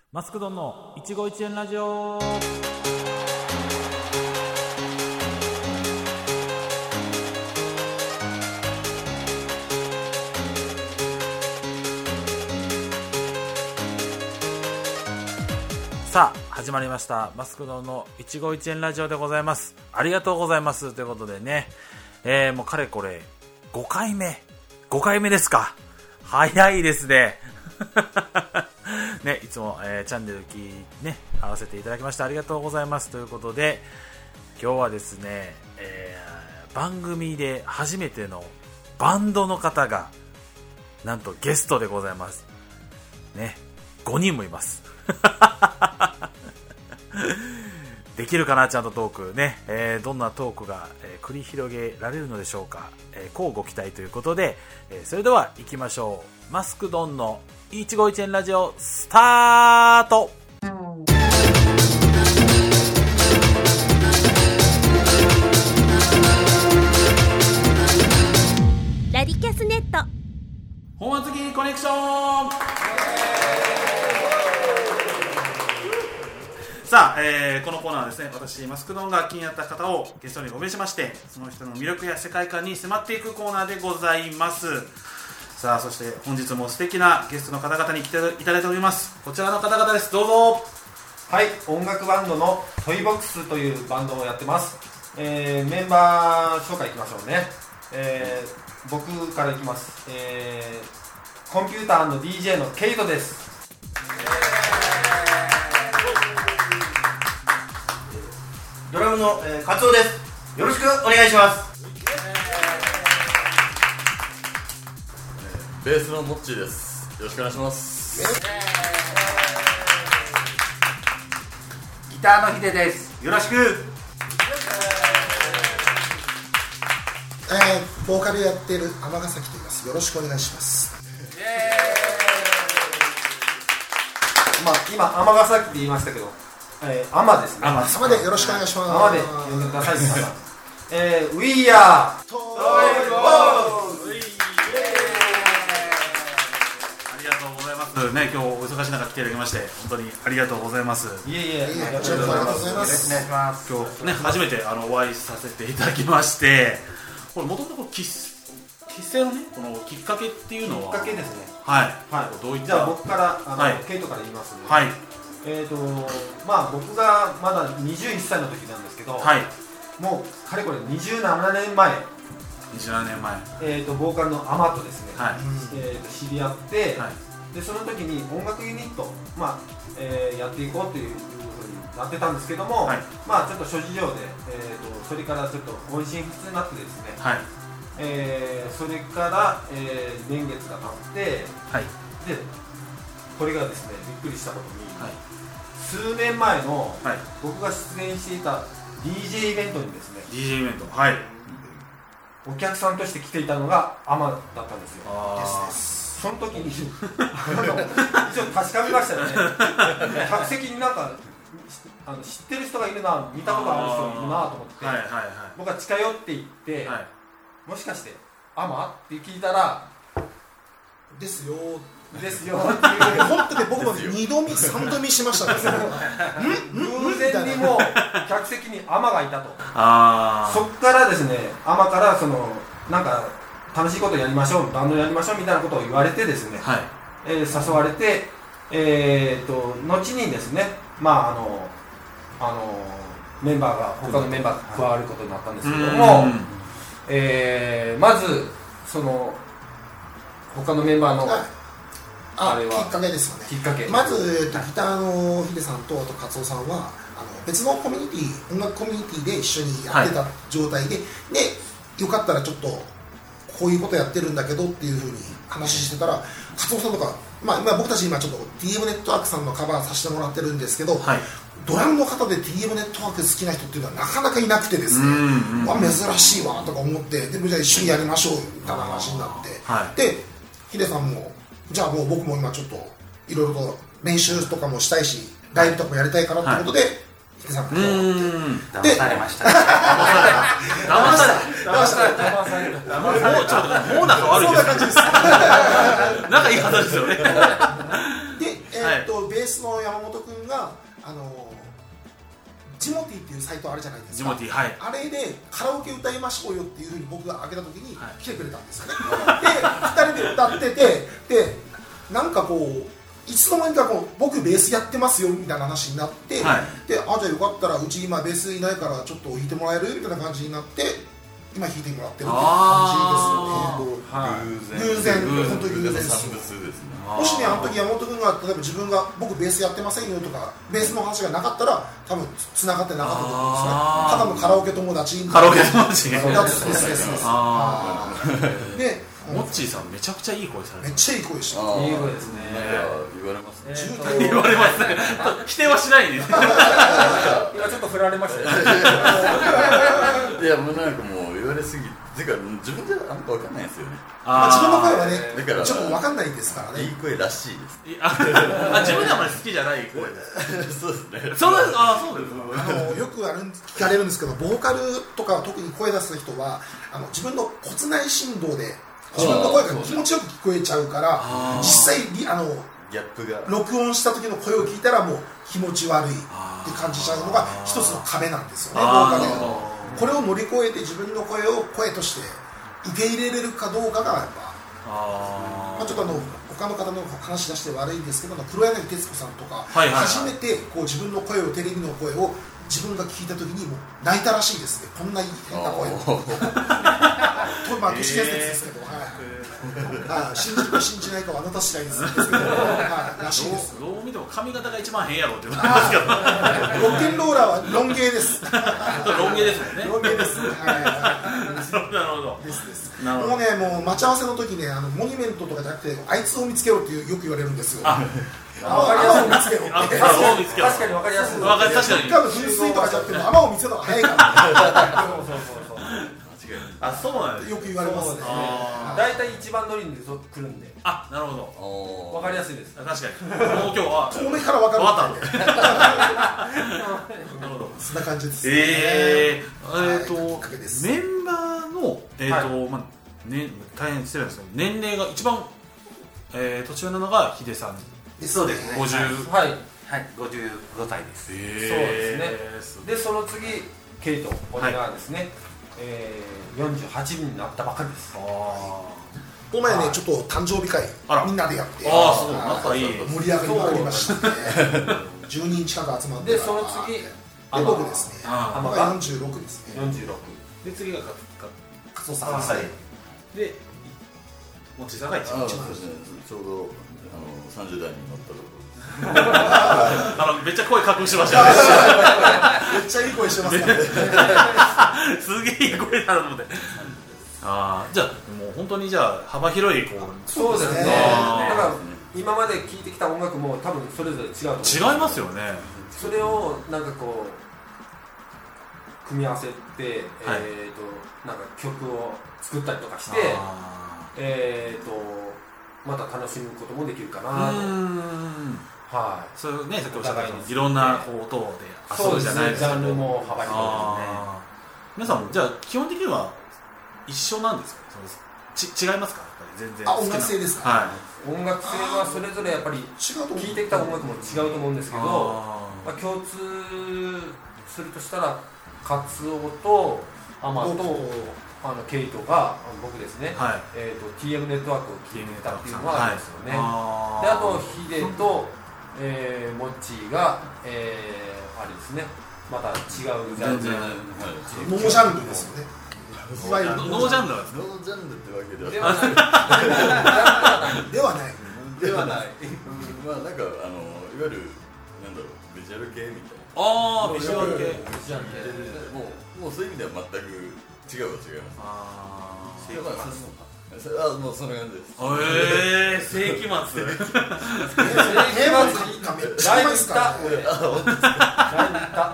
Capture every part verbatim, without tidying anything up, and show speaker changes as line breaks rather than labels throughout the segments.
マスクドンの一期一会ラジオ。さあ始まりましたマスクドンの一期一会ラジオでございます。ありがとうございますということでね、えー、もうかれこれごかいめごかいめですか。早いですねね、いつも、えー、チャンネルキーね合わせていただきましてありがとうございますということで、今日はですね、えー、番組で初めてのバンドの方がなんとゲストでございますね。ごにんもいますできるかなちゃんとトークね、えー、どんなトークが、えー、繰り広げられるのでしょうか、えー、こうご期待ということで、えー、それでは行きましょう。マスクドンの一期一会ラジオスタート。
ラディキャスネット
本厚木コネクション。さあ、えー、このコーナーはですね、私マスクドンが気になった方をゲストにお呼びしまして、その人の魅力や世界観に迫っていくコーナーでございます。さあ、そして本日も素敵なゲストの方々に来ていただいております。こちらの方々です。どうぞ。
はい、音楽バンドのトイボックスというバンドをやってます。えー、メンバー紹介いきましょうね。えー、僕からいきます。えー、コンピューター&ディージェー のケイトです。
ドラムの、えー、カツオです。よろしくお願いします。
ベースのモッチーです。よろしくお願いします。
ギターのヒデです。よろしく。
えー、ボーカルやっている尼崎と言います。よろしくお願いします。
まあ、今尼崎って言いましたけど、えー、アマですね。
アマでよろしくお願いします。
アマで呼んでください皆さん。えー、We are Toy Box。
ね、今日お忙しい中来ていただきまして本当にありがとうございます。
いえいえ、
ありがとうございます。
今日ね初めてあのお会いさせていただきまして、これ元々結成のねこのきっかけっていうのは
きっかけですね。
はい
はい。
どういった。
じゃあ僕からあの、
はい、
ケイトから言いますね。
はい。
えーとまあ僕がまだにじゅういっさいの時なんですけど、
はい、
もうかれこれにじゅうななねんまえ。
にじゅうななねんまえ。
えーとボーカルのアマとですね、
はい、
えーと知り合って。はい、でその時に音楽ユニット、まあえー、やっていこうというふうになってたんですけども、はい、まあちょっと諸事情で、えー、とそれからちょっと音信不通になってですね、はい、えー、それから、えー、年月が経って、はい、でこれがですねびっくりしたことに、はい、数年前の、はい、僕が出演していた ディージェー イベントにですね
ディージェー イベント、はい、
お客さんとして来ていたのがアマだったんですよ。
あー
その時に一応確かめましたよね。客席になんかあの知ってる人がいるな、見たことある人がいるなと思って、はいはいはい、僕は近寄っていって、はい、もしかしてアマって聞いたら
ですよ
ですよっていう
本当に僕もにどめさんどめしましたね
偶然にも客席にアマがいたと。あそっからですね、アマからそのなんか楽しいことやりましょう、バンドやりましょうみたいなことを言われてですね、はい、えー、誘われて、えー、と後にですね、まああのあのメンバーが他のメンバーが加わることになったんですけども、えー、まずその他のメンバーの、はい、
ああれはきっかけですよね。
きっかけ
まずギターのヒデさんとあとカツオさんはあの別のコミュニティ音楽コミュニティで一緒にやってた状態で、はい、でよかったらちょっとこういうことやってるんだけどっていうふうに話してたら、カツオさんとか、まあ、今僕たち今ちょっと ティーエム ネットワークさんのカバーさせてもらってるんですけど、はい、ドラムの方で ティーエム ネットワーク好きな人っていうのはなかなかいなくてですね、うんうん、まあ、珍しいわとか思って、でもじゃあ一緒にやりましょうみたいな話になって、はい、でヒデさんもじゃあもう僕も今ちょっといろいろと練習とかもしたいしライブとかもやりたいからってことで、はい、ヒデさんが
騙されました。騙
され騙され騙されもうちょっともう仲悪いです。仲いい方ですよね。
で、えー、っとベースの山本君があのジモティっていうサイトあるじゃないですか。
ジモティ、はい、
あれでカラオケ歌いましょうよっていうふうに僕が開けた時に来てくれたんですよね、はい、でふたりで歌ってて、でなんかこういつの間にかこう僕ベースやってますよみたいな話になって、はい、であじゃあよかったらうち今ベースいないからちょっと弾いてもらえるみたいな感じになって今弾いてもらってるっていう感じですよね。偶然、本当に偶然です。もしね、あの時山本君が例えば自分が僕ベースやってませんよとかベースの話がなかったら多分繋がってなかったと思うんですね。ただのカラオケ友達
カラオケ友達
だってですですで
モッチーさんめちゃくちゃいい声されて
めっちゃいい声して
ます。いい声ですね。
言われますね。
言われますね。否定はしないです。
今ちょっと振られましたよ。
いやもうなんかもう言われすぎてか自分ではあんま分かんないですよね。
まあ自分の声はね
だから
ちょっと分かんないですからね。
いい声らしいです。
あ自分ではあまり好きじゃない声です。
そうですね。
そうです。あそうです。
あのよくある聞かれるんですけど、ボーカルとか特に声出す人はあの自分の骨内振動で自分の声が気持ちよく聞こえちゃうから実際あの
ギャップが
録音した時の声を聞いたらもう気持ち悪いって感じちゃうのが一つの壁なんですよね、ボーカルの。これを乗り越えて自分の声を声として受け入れれるかどうかがやっぱあ、まあ、ちょっとあの他の方の話し出して悪いんですけど、黒柳徹子さんとか、はいはいはい、初めてこう自分の声をテレビの声を自分が聞いた時にもう泣いたらしいですね。こんないい変な声をまあ都市伝説ですけど、はい、信じるか信じないかはあなた次第ですけど、はい、らしいです。
どう見ても髪型が一番変やろって言われますけど、
ロッケンローラーはロン毛です。
ロン毛ですもんね。
ロン毛です。はい、
なるほど。
ですです。もうね、もう待ち合わせの時ね、あのモニュメントとかじゃなくてあいつを見つけろってよく言われるんですよ。
わかりやすい。見つけろ。確かにわかりやすい。
わかり確かに。
多分噴水とかじゃなくても雨を見つけた方が早いから。そうそうそうそう。
あ、そうなんです。
よく言われますね。
だいたい一番乗りに来るんで。
あ、なるほ
ど。わかりやすいです。
確かに。もう今日は
遠目からわかる。
わかった。
なるほど。そんな感じです。
ええ、えっとメンバーのえっとまあね大変失礼ですけど年齢が一番え年上なのがヒデさん。
そうですね。
ごじゅう
はい
はいごじゅうごさいです。
そうですね。でその次ケイト俺がですね。えー、よんじゅうはちになったばかりです。
この前ねちょっと誕生日会みんなでやって、
ああそう仲いい
盛り上がりまくりましたね。じゅうにん近く集まって
でその次
で僕ですね。僕がよんじゅうろくですね。
よんじゅうろく
で次が
カツオさん
でもちさんが一番
ちょうどあのさんじゅう代に乗ったところ。
あのめっちゃ声隠しましたね。
めっちゃいい声してますからね。
すげえいい声だなと思って。ああ、じゃあもう本当にじゃあ幅広いこう。
そうですね。だから今まで聴いてきた音楽も多分それぞれ違うと思う。
違いますよね。
それをなんかこう組み合わせて、えっとなんか曲を作ったりとかして、えっとまた楽しむこともできるかなと。はい、
そういうね、さっきおっしゃったようにいろんなこう音で遊ぶじゃないですか。
ジャンルも幅広いですね。
皆さんじゃあ基本的には一緒なんですか？ち違いますか？やっぱり全然。
あ、音楽性ですか？
はい。音楽性はそれぞれやっぱり聴いてきた音楽も違うと思うんですけど、まあ共通するとしたらカツオとアマとあのケイトが僕ですね。はい、えっと ティーエム ネットワークを聴いてたっていうのはありますよね。はい、であとヒデとえー、モッチーが、えー、あれですね、また違うジャンル、
ノージャンルですよね。
ノージャンルなんですか？
ノージャンルってわけで
はない。
ではない。
ではない。
まあなんかあのいわゆるなんだろうビジュアル系みたいな。
ああビジュアル系。
ビジュアル系。
もうもうそういう意味では全く違うは違います。
ああ。
世紀末。あもうそんな感じです。
ええ世紀末。
世紀末にライブ行った。ライブ行った。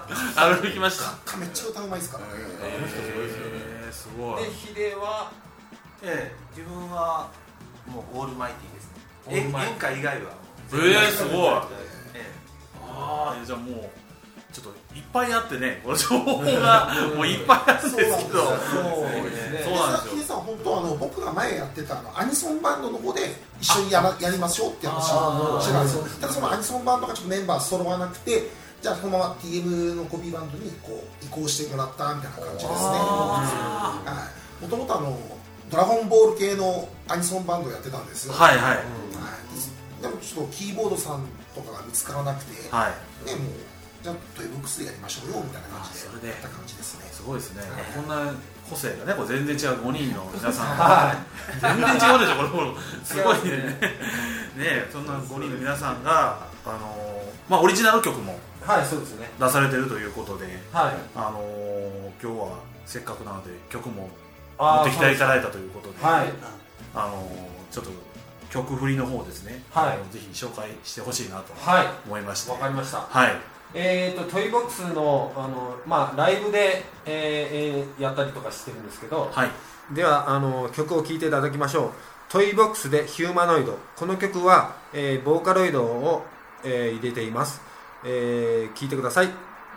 あれ行きました。
めっちゃ歌うまいですから。
ええすごい。
でヒデは、
ええ自分はもうオールマイティですね。演歌以外は。
ええすごい。ああじゃあもう。ちょっといっぱいあってね、この情報がもういっぱいあるんですけど、
そうなんですよ。ヒデさん本とあの僕が前やってたあのアニソンバンドの方で一緒にやらやりましょうって話をしてたんですよ。ただそのアニソンバンドがちょっとメンバー揃わなくて、じゃあそのまま ティーエム のコピーバンドにこう移行してもらったみたいな感じですね。もともとあのドラゴンボール系のアニソンバンドやってたんですよ。
はいはい、はい、
でもちょっとキーボードさんとかが見つからなくて、はい、ねもうじゃあトイボックスでやりましょうよみたいな感じでやった感じですね。
すごいですね、はい、こんな個性がね、これ全然違うごにんの皆さんが全然違うでしょ、これすごいねね、そんなごにんの皆さんが、あのーまあ、オリジナル曲も
はいそうですね
出されてるということで、
はい、
あのー、今日はせっかくなので曲も持ってきていただいたということで、はい、あのー、ちょっと曲振りの方ですね、はい、ぜひ紹介してほしいなと思いまして、
わかりました。
はい、
えーとトイボックスの、あの、まあ、ライブで、えーえー、やったりとかしてるんですけど、はい、ではあの曲を聴いていただきましょう。トイボックスでヒューマノイド。この曲は、えー、ボーカロイドを、えー、入れています。えー、聴いてください。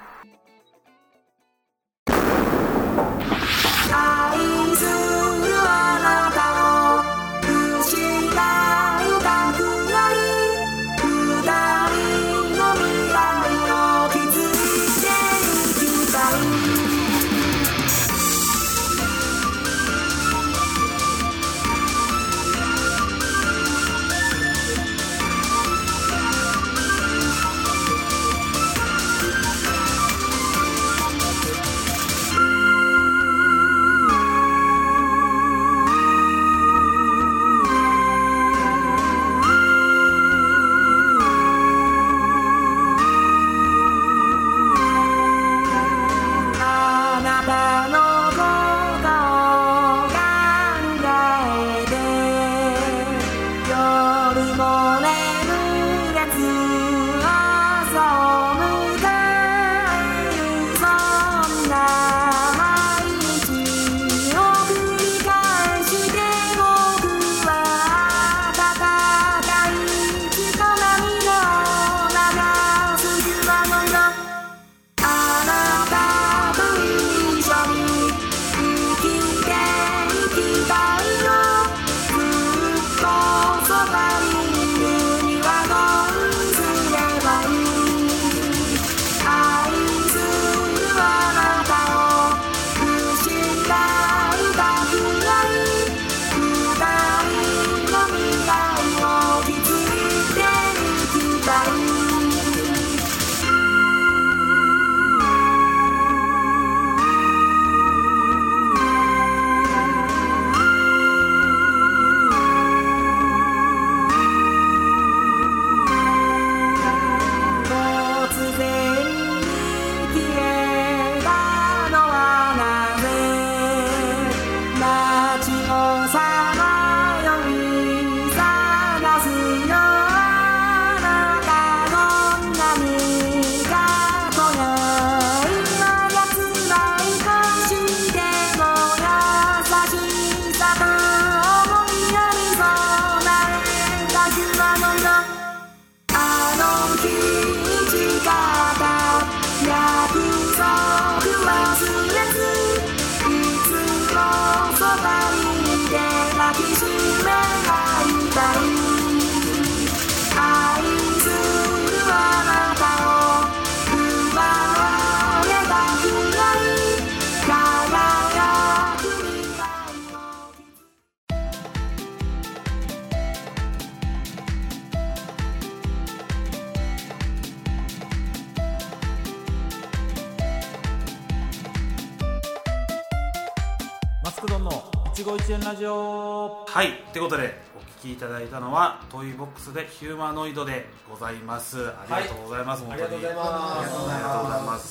マスクドンの一期一会ラジオ。はい、ということでお聞きいただいたのはトイボックスでヒューマノイドでございます。ありがとうございます、はい、本当にありがとうございます。ありがとうございます。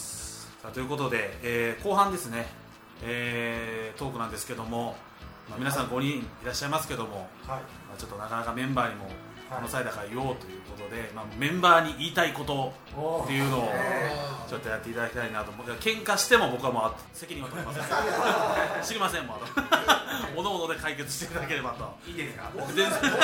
さあということで、えー、後半ですね、えー、トークなんですけども、まあ、皆さんごにんいらっしゃいますけども、はい、まあ、ちょっとなかなかメンバーにもこの際だから言おうということで、まあ、メンバーに言いたいことっていうのをちょっとやっていただきたいなと思って、喧嘩しても僕はもう責任は取りません知りません、もうおのおので解決していただければと。いいですか、全然この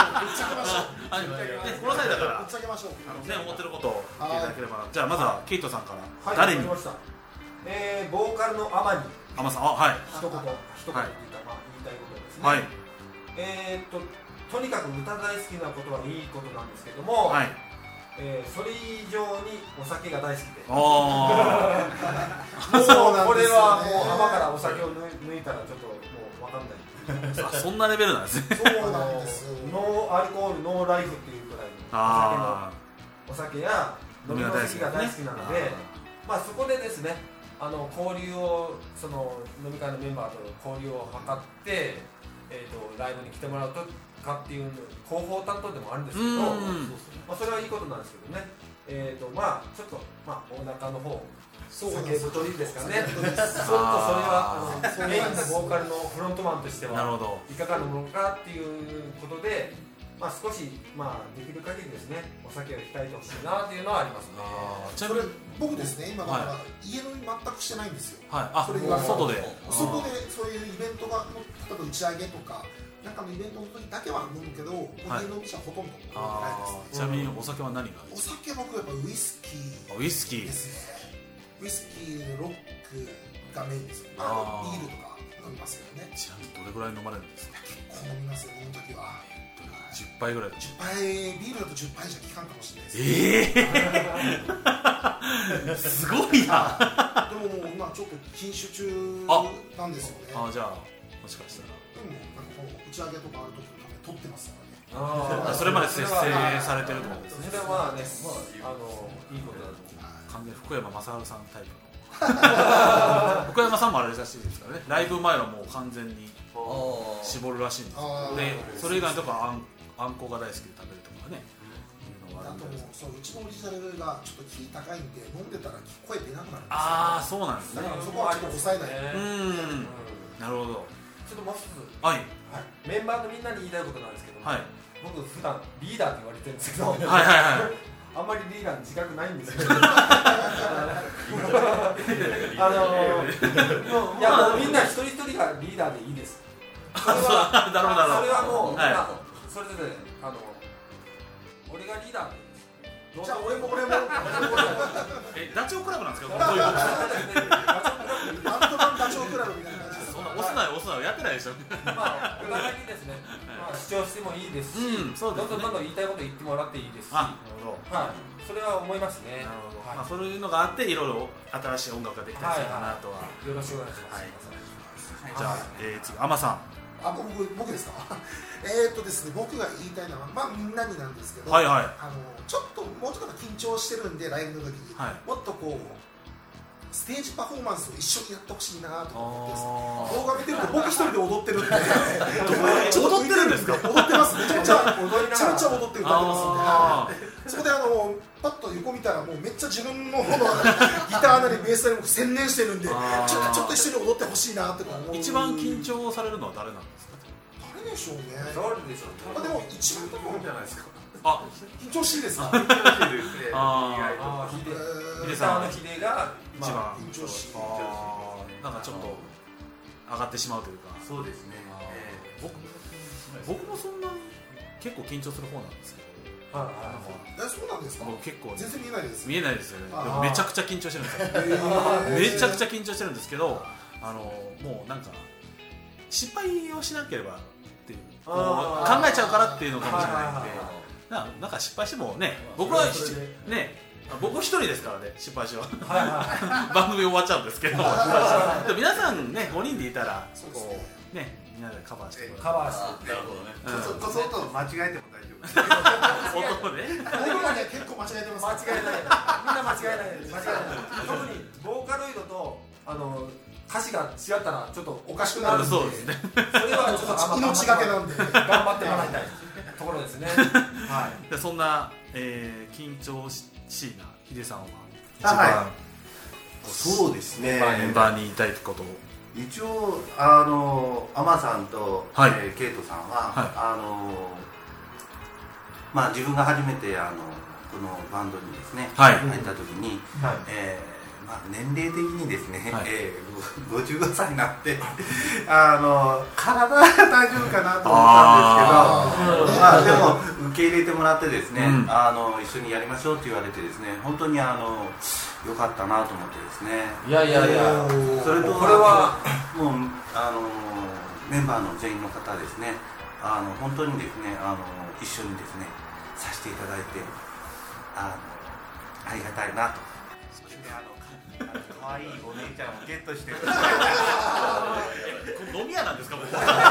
際だからぶっちゃけましょう、あの、ね、思ってることを言っていただければな。じゃあまずはケイトさんから、はい、誰に、
はい、えー、ボーカルのアマに
アマさん、あ、はい、
一言一言言った、はい、まあ、言いたいことですね、
はい、
えー、っととにかく歌大好きなことはいいことなんですけども、
はい、
えー、それ以上にお酒が大好きで、
も
うこれはもう浜からお酒を抜いたらちょっともう分かんない
あそんなレベルなんですね。
そうなんですよ。
ノーアルコールノーライフっていうくらい
あ
お酒のお酒や飲みの席が大好きなので、まあそこでですね、あの交流をその飲み会のメンバーと交流を図って、えー、とライブに来てもらうとかっていう広報担当でもあるんですけど、まあ、それはいいことなんですけどね、えー、とまあちょっとまあお腹の方酒太りですかね、ちょっとそれはあのメインのボーカルのフロントマンとしてはいかがなものかっていうことで、まあ、少し、まあ、できる限りですねお酒を控えてほしいなっていうのはありますね。
それ僕ですね、今だから、はい、家飲み全くしてないんですよ、
はい、あ、
それが
外で
外でそういうイベントが例えば打ち上げとかなんかのイベントの時だけは飲むけど、はい、家飲み者はほとんど飲んでないですね。
ちなみにお酒は何が？
お酒僕やっぱウイスキー
ウイスキー
ですね。ウイスキーロックがメインですよ。あとビールとか飲みますけどね。
ちなみにどれぐらい飲まれるんですか？
結構飲みますよ、飲む時は
じゅっぱいぐらい。
じゅっぱい、ビールだとじゅっぱいじゃ効かんかもしれないです。
えー、すごいな。
でももう今ちょっと禁酒中なんですよね。
ああ、じゃあもしかしたら
でもなんかこう打ち上げとかある時のために撮ってますからね。
あそれまで節制されてるってことですね。
それはまあね、まあ、あのいいことだと思う。
完全に福山雅治さんタイプの福山さんもあれらしいですからね、ライブ前はもう完全に絞るらしいんですよ。でそれ以外のとこはあんあんこが大好きで食べるとかね、いうのがあるんで。
あとそううちのオリジナルがちょっとキー高いんで飲んでたら声出なくなるんですよ。
ああ、そうなんですね。
だからそこはちょっと抑えない。
うん、なるほど。
ちょっともう一つ、
はい、
はい、メンバーのみんなに言いたいことなんですけど、
はい、
僕普段リーダーって言われてるんですけど、はい
はいはい、
あんまりリーダーに自覚ないんですよ。あのいやもうみんな一人一人がリーダーでいいです。それは
なるほどなるほど。
それはもう、
はい、
それぞれあの俺がリーダーでいいです。
じゃあ俺も俺も
え、ダチョウ倶楽部なんですか？どういうことですか？
バンドマンダチョウ倶楽部みたいな感じです。
そんな押すなよ押すなよやってないでしょ。
まあお互いにですね、まあ主張してもいいですし、
うん、そうですね、
どんどんどんどん言いたいこと言ってもらっていいですし、
あ、なるほど、
はい、それは思いますね。
なるほど、
はい、
まあそういうのがあっていろいろ新しい音楽ができたりするかなとは、
はいはい、よろしくお願いします。
はい、じゃあ、えー、次アマさん。
あ、僕僕ですか。えーっとですね、僕が言いたいのはまあみんなになんですけど、
はいはい、
あのちょっともうちょっと緊張してるんでライブの時に、はい、もっとこうステージパフォーマンスを一緒にやってほしいなと思ってですね。動画見てると僕一人で踊ってるんで
踊ってるんですか？
踊ってます。めちゃめちゃめちゃめちゃ踊って歌ってますんで、そこであのパッと横見たらもうめっちゃ自分のギターなりベースなりも専念してるんで、ちょっとちょっと一緒に踊ってほしいなって思う。
一番緊張されるのは誰なんですか？
誰でしょうね。
誰でしょう。
まあでも一番多分
じゃないですか。
あ、緊張しいですか。
緊張しいですね。ああ、ヒデ、ヒデさんのヒデが
一番
緊張しい。
なんかちょっと上がってしまうというか。
そうですね。
僕僕もそんなに結構緊張する方なんですけど。
はいはい。え、そうなんですか。
結構
全然見えないです。
見えないですよね。でもめちゃくちゃ緊張してるんですよ。めちゃくちゃ緊張してるんですけど、あのもうなんか失敗をしなければっていう考えちゃうからっていうのかもしれないんで。な, なんか失敗してもね、僕はね、僕一人ですからね、失敗しは番組終わっちゃうんですけど、皆さんね、ごにんでいたらこうね、みんなでカバーして
カバーして、
なるほどね。
こそっと間違えても大丈夫。
音ね、
僕はね結構間違えてます。
間違えない、みんな間違えないです。間違えない。特にボーカロイドとあの歌詞が違ったらちょっとおかしくなるんで、
そうですね。
それはちょっと
命がけなんで
頑張ってもらいたいところですね。はい。
でそんな、えー、緊張しいなヒデさんは一
番、
はい、
そうですね。
メンバーに言いたいことを。
一応あのアマさんと、
はい、
えー、ケイトさんは、
はい、
あのまあ自分が初めてあのこのバンドにですね、
はい、
入った時に、はい、えーまあ、年齢的にですね、はい、えー、ごじゅうごさいになってあの体は大丈夫かなと思ったんですけど、まあ、でも受け入れてもらってですね、うん、あの一緒にやりましょうって言われてですね、本当にあの良かったなと思ってですね。
いやいやいや、
それと
これは
もうあのメンバーの全員の方ですね、あの本当にですね、あの一緒にですねさせていただいて、あのありがたいなと。そしてあの可愛いお姉ちゃんをゲットしてる。こ
れ飲み屋なんですか？もう。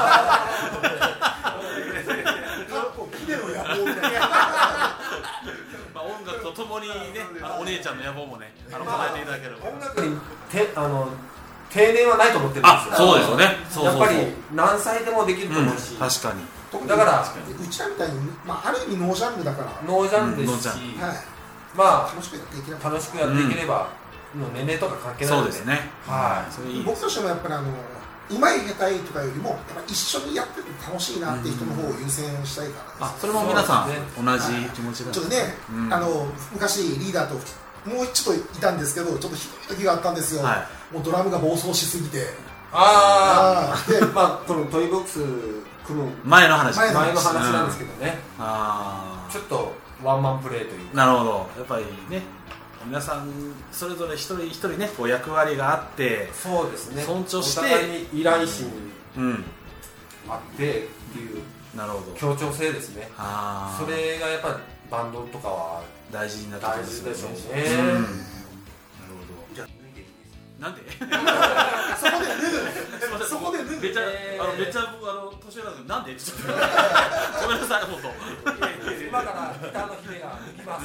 まあ音楽とともにね、あのお姉ちゃんの野望もね、あの叶えていただければ。
音楽にてあの定年はないと思ってるんですよ。
そうですよね。そうそうそう、
やっぱり何歳でもできると思うし、
うん、確かに。
だから
うちらみたいに、まあ、ある意味ノージャンルだから
ノージャンルですし、うん、はい、まあ楽しくやっていければ、楽しくやっていければ、うん、の年齢とか関係ないので、
そうですね。
はい。
それいい。僕としてもやっぱりあのうまい下手いとかよりもやっぱ一緒にやってて楽しいなっていう人の方を優先したいからです、
ね、うん、あ、それも皆さん、ね、同じ気持ちが、
ちょっとね、うん、あの昔リーダーともうちょっといたんですけど、ちょっとひどい時があったんですよ、はい、もうドラムが暴走しすぎて、
ああ、で、まあこのトイボックス組む
前の話、
前の話なんですけどね、うん、
あ、
ちょっとワンマンプレーというか、
なるほど、やっぱりね、皆さんそれぞれ一人一人ね、こう役割があって、
そうですね、
尊重して、
お互いに依頼心あってっていう、
なるほど、
協調性ですね。
あ、
それがやっぱりバンドとかは
大事になってくるんですよね。
大事でしょうね。うん、なるほど。
じゃあなんで？
そこで脱ぐ。そこで脱ぐ。
めっちゃあのめっちゃ僕あの年上なんですけど、なんで？ちょっとごめんなさい、本当。
今からギターのヒデが抜きます。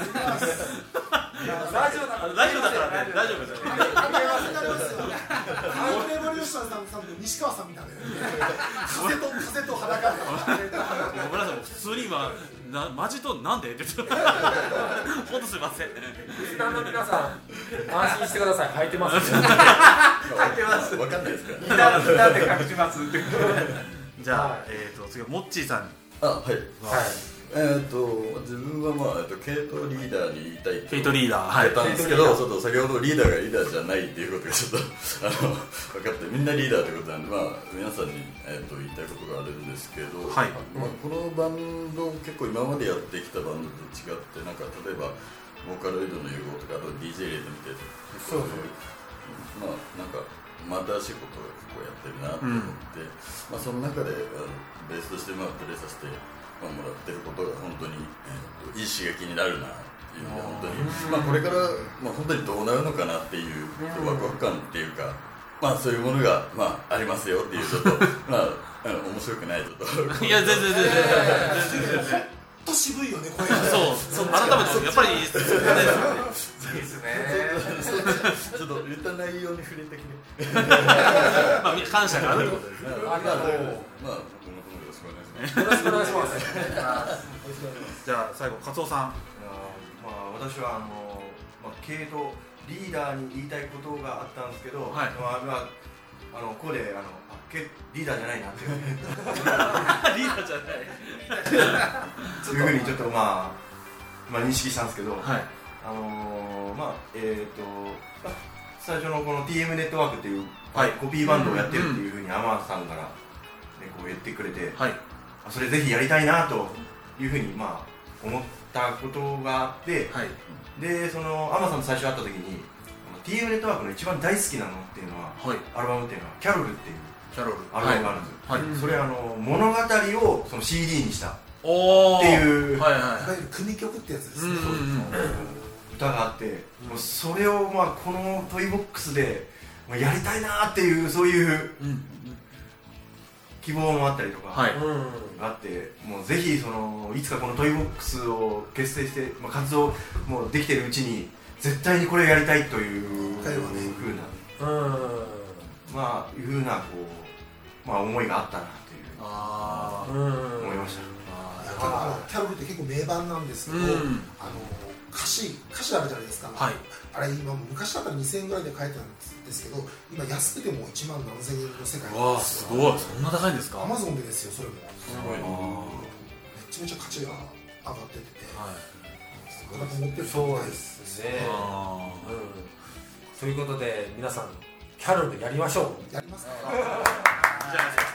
ラジオだから
大丈夫だからね、大丈夫ですよ。
カウンレボリューションさんさんと西川さんみたいな。風と風と裸で。
ごめんなさい、普通に今なマジとなんでって言って。本当すみません。
リスナーの皆さん安心してください。履いてます。
履いてます。わかんないですか。
ギターギターで隠しますって。
じゃあえっと次はモッチーさん。
あ、はい。はい。えっと自分はまあえっとケイトリーダーに言いたい
ケイトリーダー
言ったんですけど、ちょっと先ほどリーダーがリーダーじゃないっていうことがちょっとあの分かって、みんなリーダーということなんで、まあ皆さんにえっと言いたいことがあるんですけど、
はい、
まあこのバンド結構今までやってきたバンドと違って、なんか例えばボーカロイドの融合とか、あと ディージェー 入れてみて、そうそう、まあなんか新しいことを結構やってるなと思って、うん、まあその中であのベースとしてまあプレイさせてもらってることが本当に、えー、といい刺激になるなっていうので、本当に、まあ、これから、まあ、本当にどうなるのかなっていうワクワク感っていうか、まあ、そういうものが、まあ、ありますよっていう、ちょっとまあ、あの面白くないちょっと
いや全然全然全然
と渋いよね、これ。
そう、改めてやっぱりいいですね。
ちょっと言った内容に触れてきて、
まあ感謝があるってことですね。
ありがとう。まあ僕もよろしくお願いします。よろしくお願いします。
じゃあ最後カツオさん。
まあ私はあのまあケイトリーダーに言いたいことがあったんですけど、まああのここであのリーダーじゃないなっていう
リーダーじゃない
そういうふうにちょっとまあまあ認識したんですけど、
はい、
あのー、まあえっ、ー、と最初のこの ティーエム ネットワークっていう、はい、コピーバンドをやってるっていうふうにアマンさんから、ね、こう言ってくれて、はい、それぜひやりたいなというふうにまあ思ったことがあって、はい、でそのアマンさんと最初会った時に ティーエム ネットワークの一番大好きなのっていうのは、はい、アルバムっていうのはキャロルっていう
キャロル
アルバムがあるんですよ、はいはい、それはあの物語をその シーディー にしたっていう、
はいはい、組曲ってやつですね、うんうんうん、
歌があって、もうそれをまあこのトイボックスでやりたいなっていうそういう希望もあったりとかがあって、もうぜひそのいつかこのトイボックスを結成して、まあ、活動もうできてるうちに絶対にこれをやりたいというふうな、うん、まあいうふうなこう、まあ、思いがあったなというあ思いました。
あキャロルって結構名盤なんですけど、うん、あの歌詞歌詞あるじゃないですか、はい、あれ今昔だったらにせんえんぐらいで書いてたんですけど、今安くてもいちまんななせんえんの世界
なんですよ。わあすごい、そんな高いんですか。
アマゾンでですよ、それも
すごいな。
めちゃめちゃ価値が上がってて、はい、なかなか持ってる人
そうですね。あ、うん、ということで皆さんキャロルでやりましょう。
やりますか。
じゃあ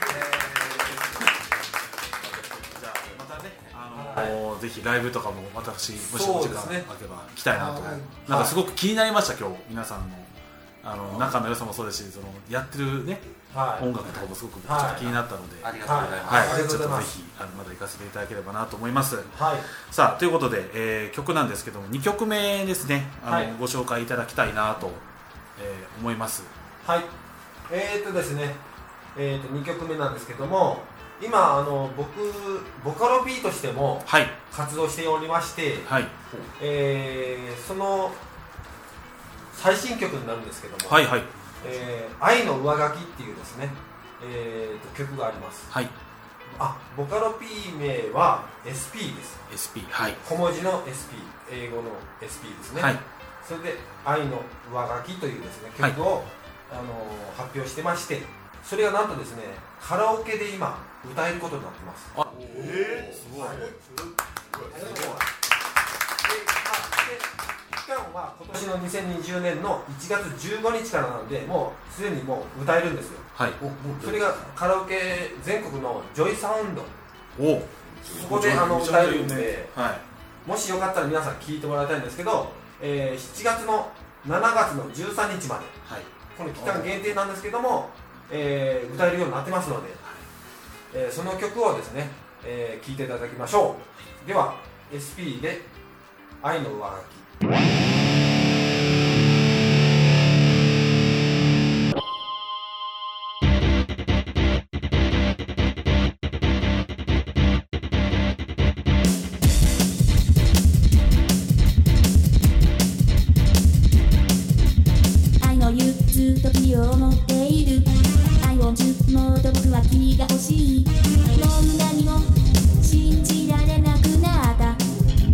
はい、ぜひライブとかも私もしお時間あけば来たいなと、ね、なんかすごく気になりました今日皆さんのあの仲の良さもそうですし、そのやってるね、はい、音楽とかもすごくちょっと気になったので、
はい、ありがとうございます。
はい、はい、ちょっとぜひあのまだ行かせていただければなと思います。はい、さあということで、えー、曲なんですけどもにきょくめですね、あの、はい、ご紹介いただきたいなと、えー、思います。
はい、えーとですね、えーとにきょくめなんですけども、今あの僕ボカロ P としても活動しておりまして、はい、えー、その最新曲になるんですけども、はいはい、えー、愛の上書きっていうですね、えー、と曲があります。はい、あ、ボカロ P 名は エスピー です。 エスピー、はい、小文字の エスピー、 英語の エスピー ですね。はい、それで愛の上書きというですね曲を、はい、あの発表してまして、それがなんとですねカラオケで今歌えることになってます。あ、えー、すごい、はい、すごい、ありがとうございます。期間は今年のにせんにじゅうねんのいちがつじゅうごにちからなので、もうすでにもう歌えるんですよ。はい、それがカラオケ全国のジョイサウンド、おそこであの歌えるんで、はい、もしよかったら皆さん聴いてもらいたいんですけど、えー、しちがつのしちがつのじゅうさんにちまで、はい、この期間限定なんですけども、えー、歌えるようになってますので、えー、その曲をですね、えー、聴いていただきましょう。では エスピー で愛の上書き。
愛の融通と気を持っている。愛を十もっと僕は君が欲しい。どんなにも信じられなくなった。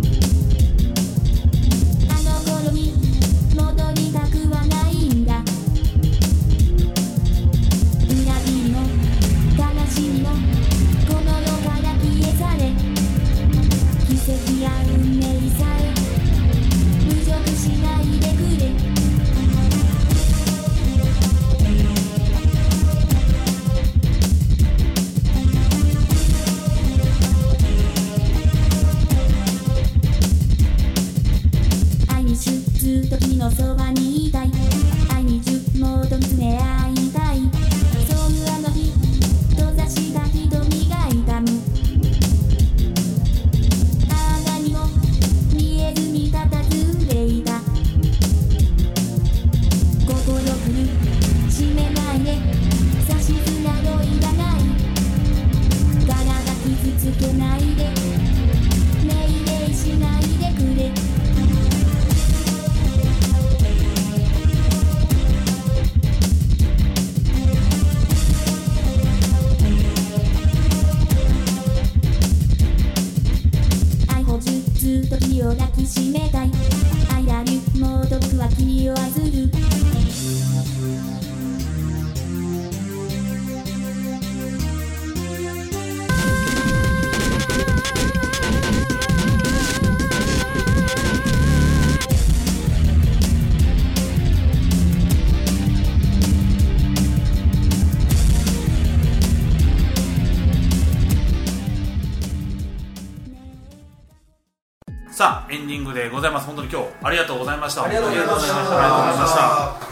さあエンディングでございます。本当に今日ありがとうございました。
ありがとうございました。
ありがとうございました。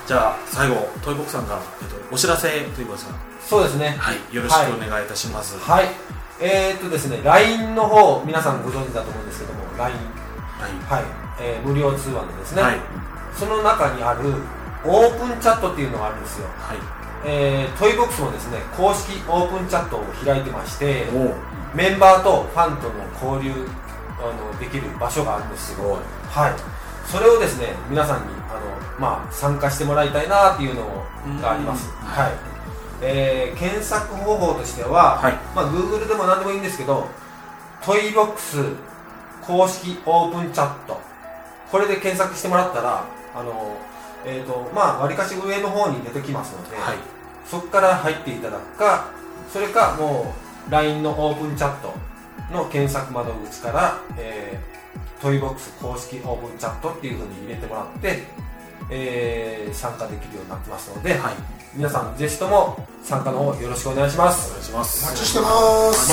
じゃあ最後トイボックさんから、えっと、お知らせということですか。
そうですね、
はい、よろしくお願いいたします。
はい、はい、えー、っとですね ライン の方皆さんご存知だと思うんですけども ライン、はい、えー、無料通話のですね、はい、その中にあるオープンチャットっていうのがあるんですよ。はい、えー、トイボックスもですね公式オープンチャットを開いてまして、メンバーとファンとの交流あのできる場所があるんですけど、はい、それをですね皆さんにあの、まあ、参加してもらいたいなっていうのがあります。はい、えー、検索方法としては、はい、まあ、Google でも何でもいいんですけどトイボックス公式オープンチャット、これで検索してもらったらあの、えーとまあ、割かし上の方に出てきますので、はい、そこから入っていただくか、それかもう ライン のオープンチャットの検索窓口から、えー、トイボックス公式オープンチャットっていう風に入れてもらって、えー、参加できるようになってますので、はい、皆さんぜひとも参加の方よろしくお願いします。
お願いします。
お待ちしてます。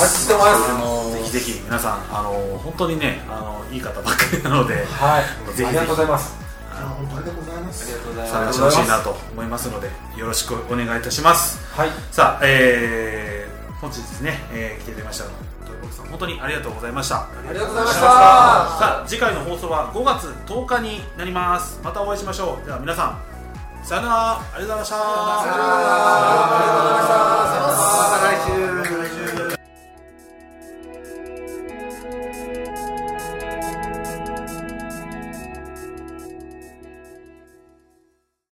お待ちしてます。
あのぜひぜひ皆さんあの本当にねあのいい方ばっかりなので、
はい、ぜひぜひありがとうございます。
あ、本当ありがとうございます。
参加してほしいなと思いますのでよろしくお願いいたします。
はい、
さあ、えー、本日ですね、えー、来ていただきました豊僕さん本当にありがとうございました。
ありがとうございました。
さあ次回の放送はごがつとおかになります。またお会いしましょう。では皆さんさよなら、ありがとうございました。
さよなら。